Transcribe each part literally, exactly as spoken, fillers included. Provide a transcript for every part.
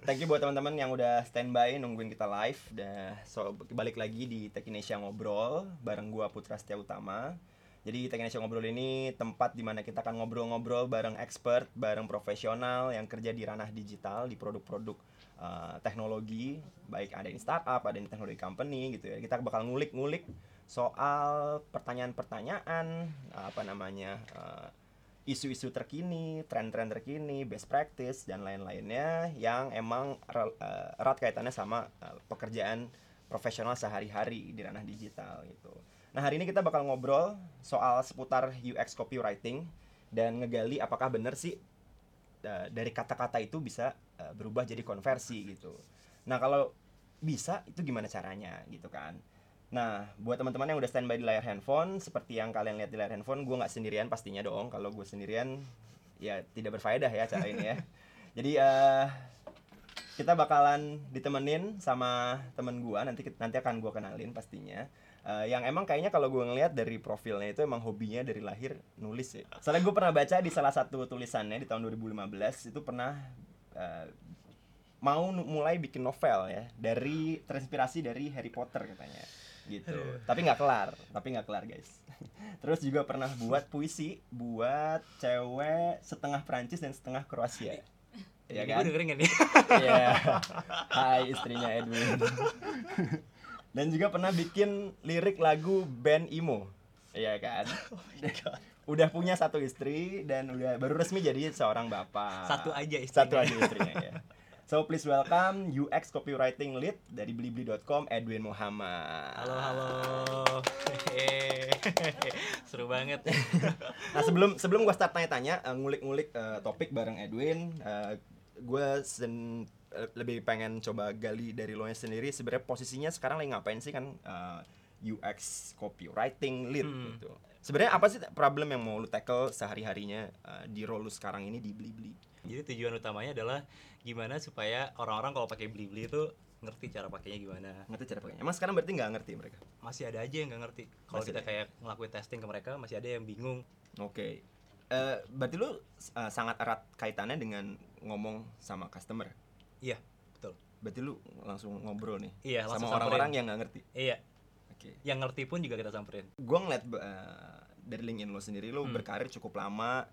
thank you buat teman-teman yang udah standby nungguin kita live. Dah, so balik lagi di Tech Indonesia Ngobrol bareng gua Putra Setia Utama. Jadi Tech Indonesia Ngobrol ini tempat dimana kita akan ngobrol-ngobrol bareng expert, bareng profesional yang kerja di ranah digital, di produk-produk uh, teknologi, baik ada di startup, ada di teknologi company gitu ya. Kita bakal ngulik-ngulik soal pertanyaan-pertanyaan, apa namanya, uh, isu-isu terkini, tren-tren terkini, best practice dan lain-lainnya yang emang uh, erat kaitannya sama uh, pekerjaan profesional sehari-hari di ranah digital gitu. Nah, hari ini kita bakal ngobrol soal seputar U X copywriting dan ngegali apakah benar sih uh, dari kata-kata itu bisa uh, berubah jadi konversi gitu. Nah, kalau bisa itu gimana caranya gitu kan. Nah, buat teman-teman yang udah standby di layar handphone, seperti yang kalian lihat di layar handphone, gue nggak sendirian pastinya dong. Kalau gue sendirian, ya tidak berfaedah ya cara ini ya. Jadi uh, kita bakalan ditemenin sama temen gue, nanti nanti akan gue kenalin pastinya. Uh, yang emang kayaknya kalau gue ngeliat dari profilnya itu emang hobinya dari lahir nulis ya. Soalnya gue pernah baca di salah satu tulisannya di tahun dua ribu lima belas itu pernah uh, mau mulai bikin novel ya, dari terinspirasi dari Harry Potter katanya gitu. Aduh. Tapi nggak kelar, tapi nggak kelar guys. Terus juga pernah buat puisi buat cewek setengah Prancis dan setengah Kroasia. Ya kan? Gue dengerin kan nih. Iya. Hai istrinya Edwin. Dan juga pernah bikin lirik lagu band emo. Iya kan? Oh my God. Udah punya satu istri dan udah baru resmi jadi seorang bapak. Satu aja istrinya. Satu aja istrinya ya. So please welcome U X Copywriting Lead dari blibli dot com, Edwin Muhammad. Halo halo. Seru banget. Nah, sebelum sebelum gua start tanya-tanya, uh, ngulik-ngulik uh, topik bareng Edwin, uh, gua sen, uh, lebih pengen coba gali dari lo nya sendiri. Sebenarnya posisinya sekarang lagi ngapain sih kan, uh, U X Copywriting Lead hmm. gitu. Sebenarnya apa sih problem yang mau lu tackle sehari-harinya uh, di role lu sekarang ini di Blibli? Jadi tujuan utamanya adalah gimana supaya orang-orang kalau pakai Blibli itu ngerti cara pakainya gimana. Ngerti cara pakainya. Emang sekarang berarti nggak ngerti mereka? Masih ada aja yang nggak ngerti. Kalau kita ada. Kayak ngelakuin testing ke mereka masih ada yang bingung. Oke. Okay. Uh, berarti lu uh, sangat erat kaitannya dengan ngomong sama customer. Iya, betul. Berarti lu langsung ngobrol nih. Iya, sama orang-orang yang nggak ngerti. Iya. Oke. Okay. Yang ngerti pun juga kita samperin. Gua ngeliat uh, dari LinkedIn lo sendiri, lo hmm. berkarir cukup lama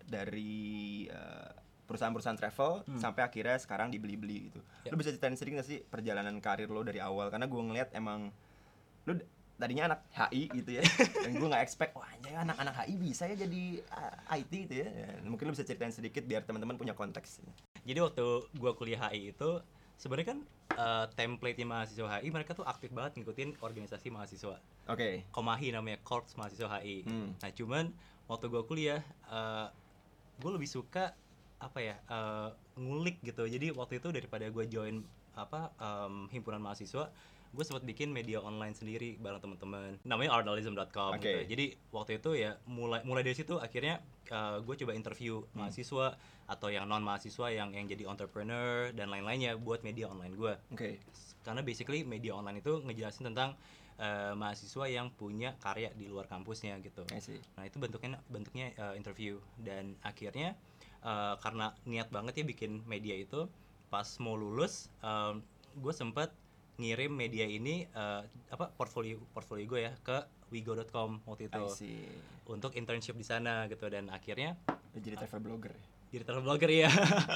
dari uh, perusahaan-perusahaan travel hmm. sampai akhirnya sekarang di Blibli gitu. Ya. Lo bisa ceritain sedikit nggak sih perjalanan karir lo dari awal? Karena gue ngeliat emang lo tadinya anak H I gitu ya, dan gue nggak expect wah anjay anak-anak H I bisa ya jadi uh, I T gitu ya. ya. Mungkin lo bisa ceritain sedikit biar teman-teman punya konteks. Jadi waktu gue kuliah H I itu sebenarnya kan uh, template-nya mahasiswa H I mereka tuh aktif banget ngikutin organisasi mahasiswa. Oke. Okay. Komahi namanya, Korps Mahasiswa H I. Hmm. Nah cuman waktu gue kuliah, uh, gue lebih suka apa ya uh, ngulik gitu. Jadi waktu itu daripada gue join apa um, himpunan mahasiswa, gue sempat bikin media online sendiri bareng teman-teman. Namanya artalism dot com. Okay. Gitu. Jadi waktu itu ya mulai mulai dari situ akhirnya uh, gue coba interview hmm. mahasiswa atau yang non mahasiswa yang yang jadi entrepreneur dan lain-lainnya buat media online gue. Oke. Okay. Karena basically media online itu ngejelasin tentang uh, mahasiswa yang punya karya di luar kampusnya gitu. Nah itu bentuknya bentuknya uh, interview dan akhirnya uh, karena niat banget ya bikin media itu, pas mau lulus um, gue sempet ngirim media ini uh, apa portfolio portfolio gue ya ke wigo dot com waktu itu untuk internship di sana gitu dan akhirnya jadi travel blogger. Jadi travel blogger ya.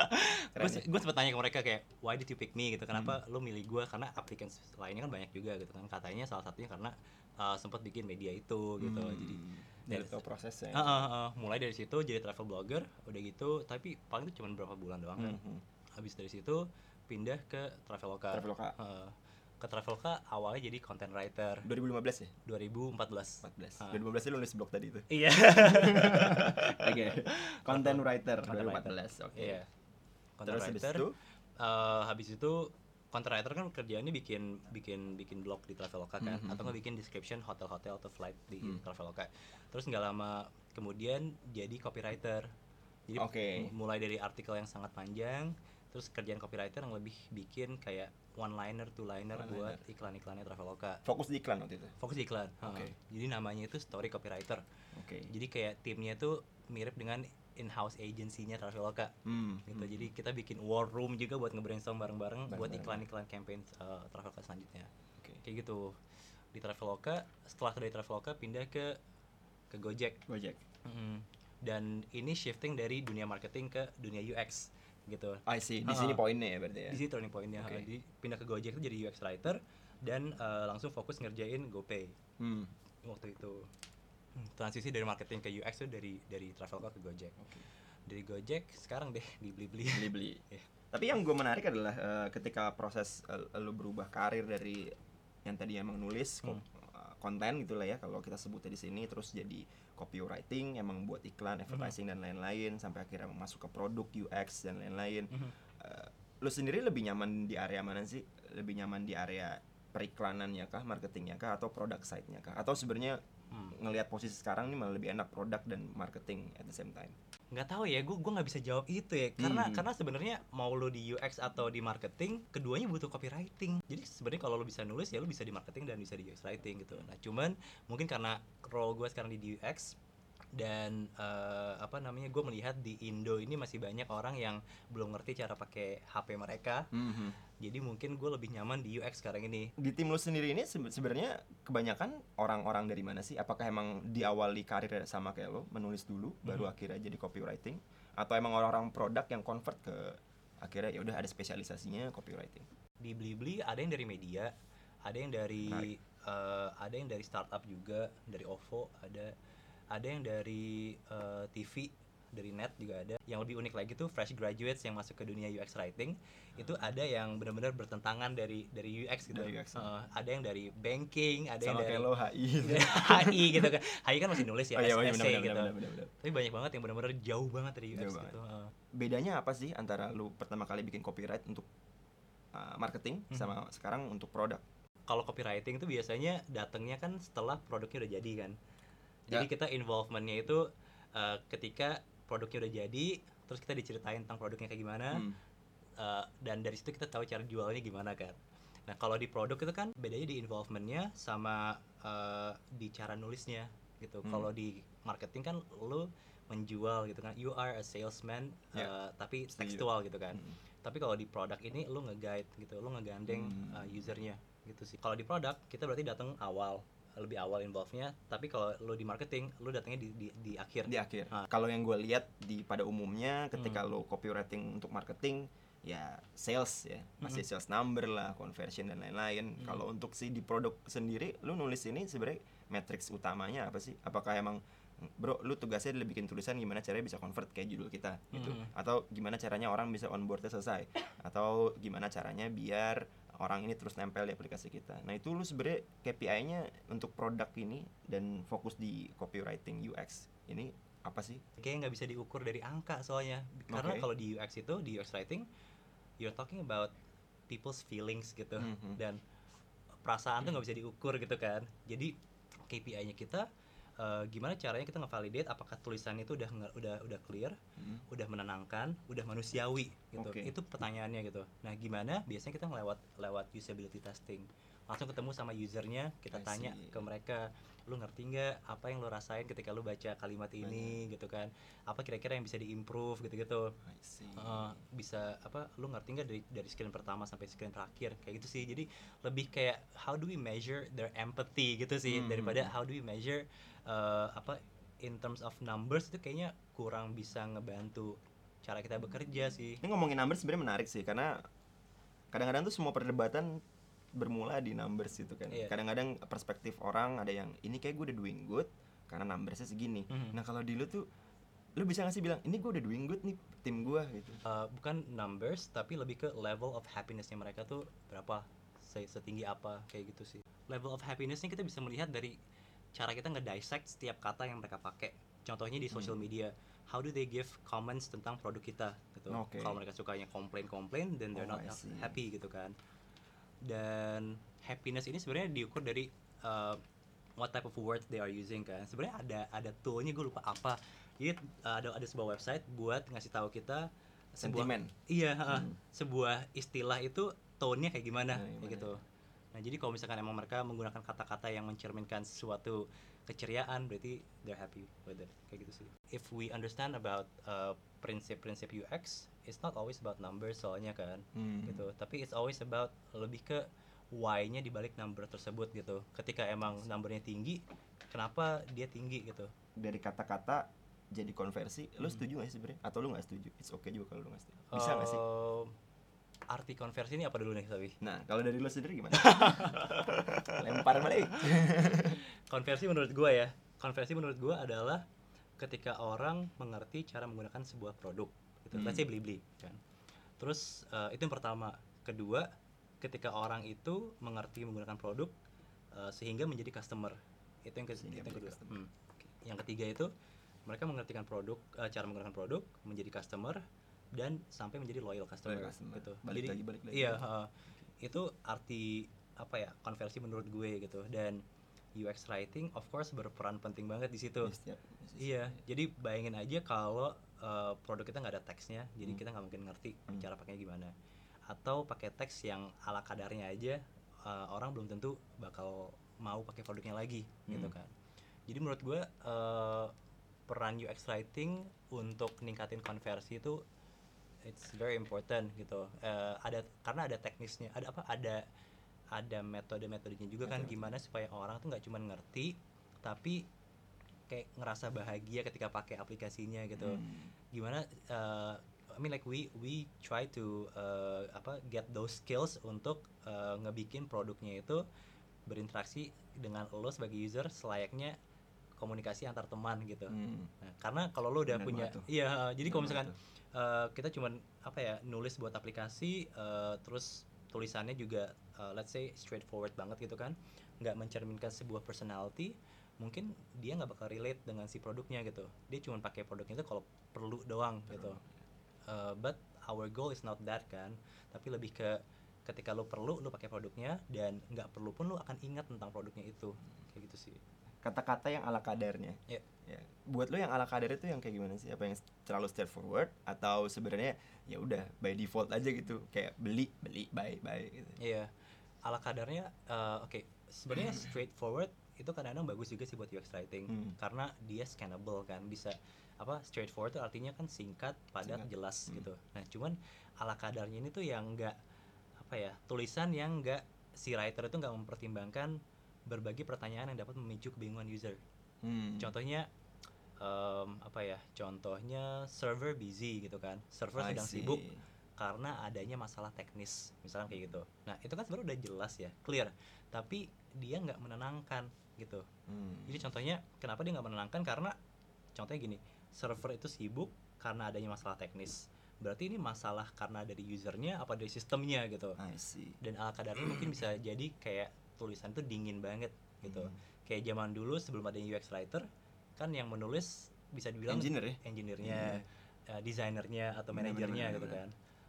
Gue gue sempet tanya ke mereka kayak why did you pick me gitu, kenapa hmm. lo milih gue, karena applicants lainnya kan banyak juga gitu kan, katanya salah satunya karena uh, sempat bikin media itu gitu. Hmm. Jadi dari itu prosesnya. Uh, uh, uh, mulai dari situ jadi travel blogger udah gitu, tapi paling itu cuma berapa bulan doang kan. Hmm. Habis dari situ pindah ke Traveloka. Traveloka. Uh, ke Traveloka awalnya jadi content writer. dua ribu lima belas ya? dua ribu empat belas. empat belas. Uh. dua ribu lima belas lu nulis blog tadi itu. Iya. Oke. Okay. Content writer dua ribu empat belas. Oke. Okay. Iya. Content Terus writer. Habis itu, uh, habis itu content writer kan kerjaannya bikin bikin bikin blog di Traveloka kan, mm-hmm. atau nggak bikin description hotel-hotel atau flight di mm. Traveloka. Terus nggak lama kemudian jadi copywriter. Jadi okay. mulai dari artikel yang sangat panjang, terus kerjaan copywriter yang lebih bikin kayak one liner, two liner one buat liner. Iklan-iklannya Traveloka. Fokus di iklan waktu itu. Fokus di iklan. Oke. Okay. Uh, jadi namanya itu story copywriter. Oke. Okay. Jadi kayak timnya tuh mirip dengan in-house agency-nya Traveloka hmm. gitu. Hmm. Jadi kita bikin war room juga buat nge-brainstorm bareng-bareng buat Bareng-bareng. iklan-iklan campaign uh, Traveloka selanjutnya. Okay. Kayak gitu. Di Traveloka, setelah dari Traveloka pindah ke ke Gojek. Gojek. Mm-hmm. Dan ini shifting dari dunia marketing ke dunia U X gitu. I see. Di sini uh, poinnya ya berarti ya. Di sini turning pointnya. Okay. Jadi pindah ke Gojek itu jadi U X writer dan uh, langsung fokus ngerjain GoPay. Hmm. Waktu itu transisi dari marketing ke U X itu dari dari Traveloka ke Gojek. Okay. Dari Gojek sekarang deh di Blibli. Blibli. Yeah. Tapi yang gue menarik adalah uh, ketika proses uh, lo berubah karir dari yang tadi emang nulis hmm. uh, konten gitulah ya kalau kita sebutnya di sini, terus jadi copywriting, emang buat iklan, advertising hmm. dan lain-lain, sampai akhirnya masuk ke produk U X dan lain-lain. Hmm. Uh, lo sendiri lebih nyaman di area mana sih? Lebih nyaman di area periklanannya kah, marketingnya kah, atau product side-nya kah? Atau sebenarnya hmm. ngelihat posisi sekarang ini malah lebih enak produk dan marketing at the same time? Nggak tahu ya, gue gue nggak bisa jawab itu ya, karena hmm. karena sebenarnya mau lo di U X atau di marketing, keduanya butuh copywriting. Jadi sebenarnya kalau lo bisa nulis ya lo bisa di marketing dan bisa di U X writing gitu. Nah cuman mungkin karena role gue sekarang di U X dan uh, apa namanya, gue melihat di Indo ini masih banyak orang yang belum ngerti cara pakai H P mereka. Mm-hmm. Jadi mungkin gue lebih nyaman di U X sekarang ini. Di tim lo sendiri ini sebenarnya kebanyakan orang-orang dari mana sih? Apakah emang diawali karir sama kayak lo, menulis dulu mm-hmm. baru akhirnya jadi copywriting, atau emang orang-orang produk yang convert ke akhirnya ya udah ada spesialisasinya copywriting? Di Blibli ada yang dari media, ada yang dari uh, ada yang dari startup juga, dari OVO ada. Ada yang dari uh, T V, dari net juga ada. Yang lebih unik lagi tuh fresh graduates yang masuk ke dunia U X writing. Itu ada yang benar-benar bertentangan dari dari U X gitu. Dari U X, uh, ada yang dari banking, ada sama yang dari kayak lo H I. H I gitu kan. H I kan masih nulis ya, oh, iya, essay bener, gitu. Bener, bener, bener. Tapi banyak banget yang benar-benar jauh banget dari U X jauh gitu. Uh. Bedanya apa sih antara lu pertama kali bikin copyright untuk uh, marketing hmm. sama sekarang untuk produk? Kalau copywriting itu biasanya datangnya kan setelah produknya udah jadi kan. Jadi ya. Kita involvementnya itu uh, ketika produknya udah jadi, terus kita diceritain tentang produknya kayak gimana, hmm. uh, dan dari situ kita tahu cara jualnya gimana kan. Nah kalau di produk itu kan bedanya di involvementnya sama uh, di cara nulisnya gitu. Hmm. Kalau di marketing kan lu menjual gitu kan, you are a salesman, yeah. uh, tapi tekstual gitu kan. Hmm. Tapi kalau di produk ini lu nge-guide gitu, lu ngegandeng hmm. uh, usernya gitu sih. Kalau di produk kita berarti datang awal, lebih awal involve-nya, tapi kalau lo di marketing lo datangnya di di, di akhir. Di akhir. Nah. Kalau yang gue lihat di pada umumnya ketika hmm. lo copywriting untuk marketing ya sales ya, masih hmm. sales number lah, conversion dan lain-lain. Hmm. Kalau untuk si di produk sendiri lo nulis ini sebenarnya matriks utamanya apa sih? Apakah emang bro lu tugasnya adalah bikin tulisan gimana caranya bisa convert kayak judul kita gitu, hmm. atau gimana caranya orang bisa onboardnya selesai, atau gimana caranya biar orang ini terus nempel di aplikasi kita. Nah itu lu sebenarnya K P I-nya untuk produk ini dan fokus di copywriting U X ini apa sih? Kayaknya nggak bisa diukur dari angka soalnya, karena okay. kalau di U X itu, di U X writing you're talking about people's feelings gitu, mm-hmm. dan perasaan mm-hmm. tuh nggak bisa diukur gitu kan. Jadi K P I-nya kita Uh, gimana caranya kita ngevalidate apakah tulisan itu udah udah udah clear, hmm. udah menenangkan, udah manusiawi gitu. Okay. Itu pertanyaannya gitu. Nah, gimana? Biasanya kita ngelewat lewat usability testing. Langsung ketemu sama usernya, kita tanya ke mereka, lu ngerti nggak apa yang lu rasain ketika lu baca kalimat ini gitu kan? Apa kira-kira yang bisa diimprove gitu-gitu? Uh, bisa apa? Lu ngerti nggak dari dari screen pertama sampai screen terakhir kayak gitu sih. Jadi lebih kayak how do we measure their empathy gitu sih, hmm. daripada how do we measure Uh, apa in terms of numbers itu kayaknya kurang bisa ngebantu cara kita bekerja sih. Ini ngomongin numbers sebenarnya menarik sih, karena kadang-kadang tuh semua perdebatan bermula di numbers gitu kan. Yeah. Kadang-kadang perspektif orang ada yang ini kayak gue udah doing good karena numbersnya segini. Mm-hmm. Nah kalau di lu tuh lu bisa nggak sih bilang ini gue udah doing good nih tim gue gitu? Uh, bukan numbers tapi lebih ke level of happinessnya mereka tuh berapa, setinggi apa kayak gitu sih. Level of happinessnya kita bisa melihat dari cara kita nge-dissect setiap kata yang mereka pakai. Contohnya di social media, how do they give comments tentang produk kita gitu. Okay. Kalau mereka sukanya komplain-komplain, then they're oh, not happy gitu kan. Dan happiness ini sebenarnya diukur dari uh, what type of words they are using kan. Sebenarnya ada ada toolnya, gue lupa apa. Jadi uh, ada ada sebuah website buat ngasih tahu kita sentimen. Iya, hmm. uh, sebuah istilah itu tone-nya kayak gimana, nah, kayak gitu. Nah jadi kalau misalkan emang mereka menggunakan kata-kata yang mencerminkan sesuatu keceriaan, berarti they're happy with it, kayak gitu sih. If we understand about uh, prinsip-prinsip U X, it's not always about numbers soalnya kan, hmm. gitu. Tapi it's always about lebih ke why-nya dibalik number tersebut gitu. Ketika emang numbernya tinggi, kenapa dia tinggi gitu? Dari kata-kata jadi konversi, hmm. lo setuju nggak sih sebenarnya? Atau lo nggak setuju? It's okay juga kalau lo nggak setuju. Bisa nggak uh, sih? Arti konversi ini apa dulu nih tapi? Nah kalau dari lo sendiri gimana? Lempar balik. Konversi menurut gue ya, konversi menurut gue adalah ketika orang mengerti cara menggunakan sebuah produk gitu. Hmm. Let's say beli-beli kan. Terus uh, itu yang pertama. Kedua, ketika orang itu mengerti menggunakan produk uh, sehingga menjadi customer. Itu yang, ke- itu yang kedua. Hmm. Yang ketiga itu mereka mengertikan produk, uh, cara menggunakan produk, menjadi customer dan sampai menjadi loyal customer, loyal customer. Gitu. Balik Jadi lagi, balik lagi. Iya, uh, itu arti apa ya, konversi menurut gue gitu. Dan U X writing of course berperan penting banget di situ. Yes, yes, yes, yes, iya, yes. Jadi bayangin aja kalau uh, produk kita nggak ada teksnya, jadi hmm. kita nggak mungkin ngerti hmm. cara pakainya gimana. Atau pakai teks yang ala kadarnya aja, uh, orang belum tentu bakal mau pakai produknya lagi, hmm. gitu kan. Jadi menurut gue uh, peran U X writing untuk ningkatin konversi itu it's very important gitu. Uh, ada karena ada teknisnya, ada apa? Ada ada metode-metodenya juga kan, gimana supaya orang tuh nggak cuma ngerti tapi kayak ngerasa bahagia ketika pakai aplikasinya gitu. Hmm. Gimana? Uh, I mean like we we try to uh, apa get those skills untuk uh, ngebikin produknya itu berinteraksi dengan lo sebagai user selayaknya komunikasi antar teman gitu. Hmm. Nah, karena kalau lo udah bener punya, iya, jadi kalau misalkan uh, kita cuman apa ya nulis buat aplikasi, uh, terus tulisannya juga uh, let's say straightforward banget gitu kan, nggak mencerminkan sebuah personality, mungkin dia nggak bakal relate dengan si produknya gitu. Dia cuma pakai produknya itu kalau perlu doang gitu. Uh, but our goal is not that kan, tapi lebih ke ketika lo perlu lo pakai produknya, dan nggak perlu pun lo akan ingat tentang produknya itu, kayak gitu sih. Kata-kata yang ala kadarnya. Yeah. Ya. Buat lo yang ala kadar itu yang kayak gimana sih? Apa yang terlalu straightforward atau sebenarnya ya udah by default aja gitu, kayak beli beli buy buy gitu. Iya. Yeah. Ala kadarnya uh, oke, okay. Sebenarnya straightforward itu kadang-kadang bagus juga sih buat U X writing, hmm. karena dia scannable kan, bisa apa straightforward itu artinya kan singkat, padat, singkat. Jelas hmm. gitu. Nah, cuman ala kadarnya ini tuh yang enggak apa ya, tulisan yang enggak si writer itu enggak mempertimbangkan berbagai pertanyaan yang dapat memicu kebingungan user. Hmm. Contohnya um, apa ya? Contohnya server busy gitu kan. Server I sedang see. sibuk karena adanya masalah teknis, misalkan kayak gitu. Nah, itu kan sebenarnya udah jelas ya, clear. Tapi dia nggak menenangkan gitu. Hmm. Jadi contohnya kenapa dia nggak menenangkan? Karena contohnya gini, server itu sibuk karena adanya masalah teknis. Berarti ini masalah karena dari usernya apa dari sistemnya gitu. I see. Dan ala kadarnya mungkin bisa jadi kayak tulisan itu dingin banget gitu. Hmm. Kayak zaman dulu sebelum ada U X writer kan yang menulis bisa dibilang engineer ya? engineer-nya, yeah. uh, desainernya atau manajernya gitu kan.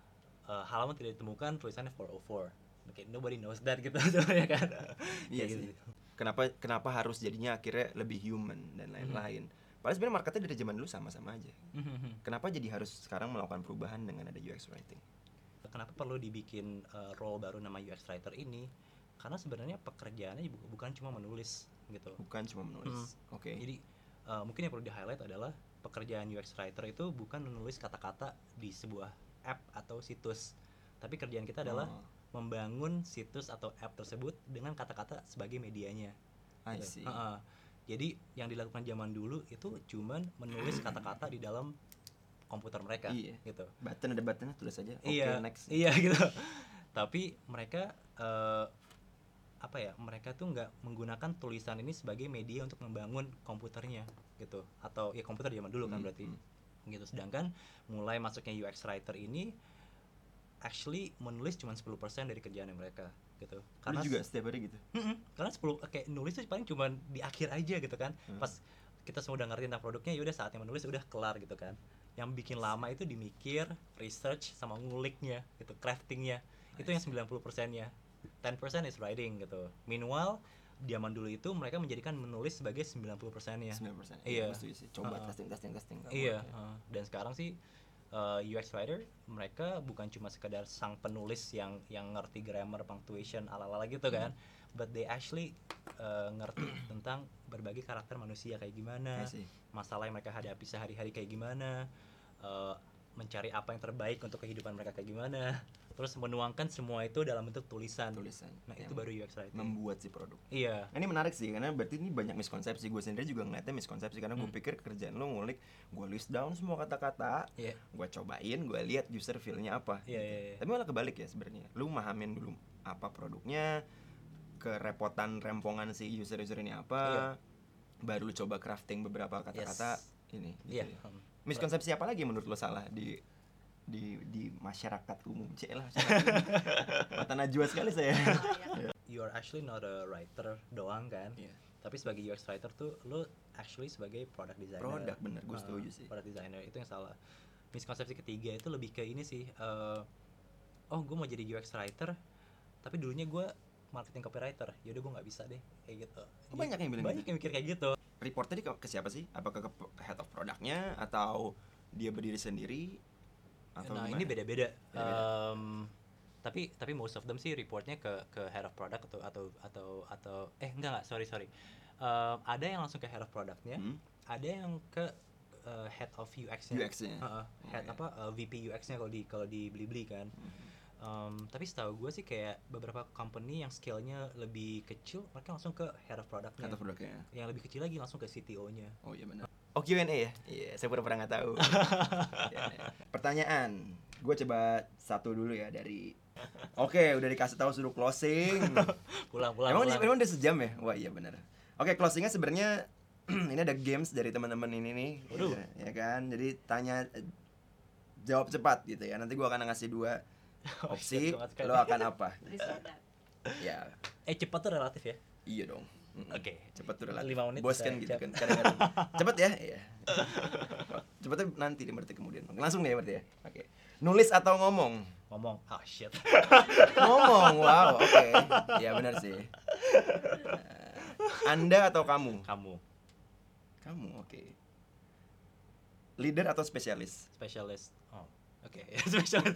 Uh, halaman tidak ditemukan, tulisannya four oh four. Oke, okay, nobody knows that gitu sebenarnya kan. Iya sih. Gitu. Kenapa kenapa harus jadinya akhirnya lebih human dan lain-lain. Mm-hmm. Padahal sebenarnya marketnya dari zaman dulu sama-sama aja. Mm-hmm. Kenapa jadi harus sekarang melakukan perubahan dengan ada U X writing? Kenapa perlu dibikin uh, role baru nama U X writer ini? Karena sebenarnya pekerjaannya bukan cuma menulis gitu. Bukan cuma menulis. Mm. Oke. Okay. Jadi uh, mungkin yang perlu di-highlight adalah pekerjaan U X writer itu bukan menulis kata-kata di sebuah app atau situs. Tapi kerjaan kita adalah oh. membangun situs atau app tersebut dengan kata-kata sebagai medianya. I see. Uh-uh. Jadi yang dilakukan zaman dulu itu cuman menulis kata-kata di dalam komputer mereka, iya. gitu. Button ada buttonnya, tulis aja. Oke, okay, iya, next. Iya gitu. Tapi mereka uh, apa ya? Mereka tuh nggak menggunakan tulisan ini sebagai media untuk membangun komputernya, gitu. Atau ya komputer zaman dulu kan hmm, berarti. Hmm. Gitu. Sedangkan mulai masuknya U X writer ini actually menulis cuma sepuluh persen dari kerjaan mereka gitu. Karena lu juga setiap hari gitu. Mm-mm, karena sepuluh kayak nulis tuh paling cuma di akhir aja gitu kan. Hmm. Pas kita semua udah ngerti tentang produknya, ya udah saatnya menulis udah kelar gitu kan. Yang bikin lama itu dimikir, research sama nguliknya gitu, craftingnya. Itu yang sembilan puluh persennya. ten percent is writing gitu. Meanwhile zaman dulu itu mereka menjadikan menulis sebagai sembilan puluh persennya. sembilan persen. Iya. Sih. Coba uh, testing testing testing. Iya, uh, dan sekarang sih uh, U X writer mereka bukan cuma sekedar sang penulis yang yang ngerti grammar, punctuation, ala-ala gitu kan, hmm. but they actually uh, ngerti tentang berbagai karakter manusia kayak gimana, masalah yang mereka hadapi sehari-hari kayak gimana, uh, mencari apa yang terbaik untuk kehidupan mereka kayak gimana, terus menuangkan semua itu dalam bentuk tulisan. Tulisan. Nah itu baru U X writing. Membuat si produk. Iya. Nah, ini menarik sih karena berarti ini banyak miskonsepsi. Gue sendiri juga ngeliatnya miskonsepsi karena gue hmm. pikir kerjaan lo ngulik, gue list down semua kata-kata, yeah. gue cobain, gue lihat user feel-nya apa. Yeah, gitu. yeah, yeah. Tapi malah kebalik ya sebenarnya. Lu mahamin dulu apa produknya, kerepotan rempongan si user-user ini apa, yeah. baru lu coba crafting beberapa kata-kata yes. ini. Gitu yeah. ya. Miskonsepsi apa lagi menurut lo salah di di di masyarakat umum? Cek lah. Mata najwa sekali saya. You are actually not a writer doang kan? Yeah. Tapi sebagai U X writer tuh lo actually sebagai product designer. Product bener, gue setuju uh, sih. Product designer itu yang salah. Miskonsepsi ketiga itu lebih ke ini sih. Uh, oh gue mau jadi U X writer, tapi dulunya gue marketing copywriter. Yaudah gue nggak bisa deh kayak gitu. Oh, banyak yang bilang banyak gitu. yang mikir kayak gitu. Report tadi ke siapa sih? Apakah ke head of produknya atau dia berdiri sendiri? Atau nah gimana? Ini beda-beda. Um, tapi tapi most of them sih reportnya ke ke head of product atau atau atau atau eh enggak enggak sorry sorry. Um, ada yang langsung ke head of productnya, hmm? ada yang ke uh, head of U X-nya. U X-nya. Uh, uh, head oh, apa uh, V P U X-nya kalau di kalau di Blibli kan. Hmm. Um, tapi setahu gue sih kayak beberapa company yang scale-nya lebih kecil, mereka langsung ke head of product-nya. Head of product-nya. Yang lebih kecil lagi langsung ke C T O-nya. Oh iya benar. Oh Q and A ya? Iya, saya pura-pura nggak tahu. Pertanyaan, gue coba satu dulu ya dari. Oke, udah dikasih tahu suruh closing. pulang, pulang. Emang pulang. emang udah sejam ya? Wah iya benar. Oke, closingnya sebenarnya ini ada games dari teman-teman ini nih. Waduh. Ya, ya kan, jadi tanya jawab cepat gitu ya. Nanti gue akan ngasih dua opsi. Lo akan apa? Ya. Eh cepat tuh relatif ya? Iya dong. Oke, okay. Cepat tuh relatif. lima menit bos kan gitu kan. Kadang-kadang cepet ya? Iya. Cepetnya nanti di berarti kemudian. Langsung nih ya berarti ya. Oke. Okay. Nulis atau ngomong? Ngomong. Ah, oh, shit. Ngomong. Wow, oke. Okay. Ya benar sih. Anda atau kamu? Kamu. Kamu, oke. Okay. Leader atau spesialis? Spesialis. Oh, oke. Okay. Spesialis.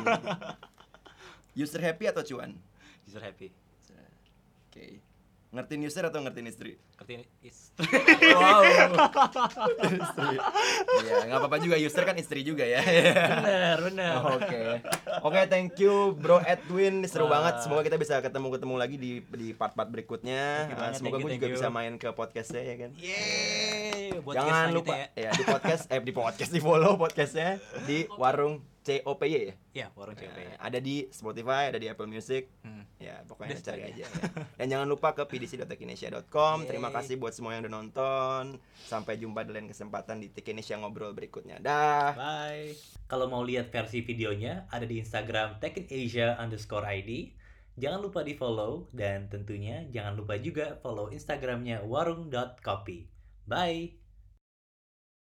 User happy atau cuan? User happy. Oke. Okay. Ngertiin user atau ngertiin istri? Ngertiin istri. Wow. Istri. Iya, nggak apa-apa juga, user kan istri juga ya. Bener, bener. Oke. Okay. Oke, okay, thank you Bro Edwin. Seru Wah. banget. Semoga kita bisa ketemu-ketemu lagi di di part-part berikutnya. Uh, semoga gue juga you. bisa main ke podcastnya ya kan. Yeay. Jangan lupa ya. ya di podcast eh di podcast di follow podcastnya di Warung C O P Y ya? Iya, Warung C O P Y. Uh, ada di Spotify, ada di Apple Music. Hmm. Ya, pokoknya cari aja. Ya. Dan jangan lupa ke p d c dot techinesia dot com. Terima kasih buat semua yang udah nonton. Sampai jumpa di lain kesempatan di Techinesia Ngobrol berikutnya. Dah. Bye. Kalau mau lihat versi videonya, ada di Instagram techinesia underscore I D. Jangan lupa di follow. Dan tentunya jangan lupa juga follow Instagramnya warung dot coffee. Bye.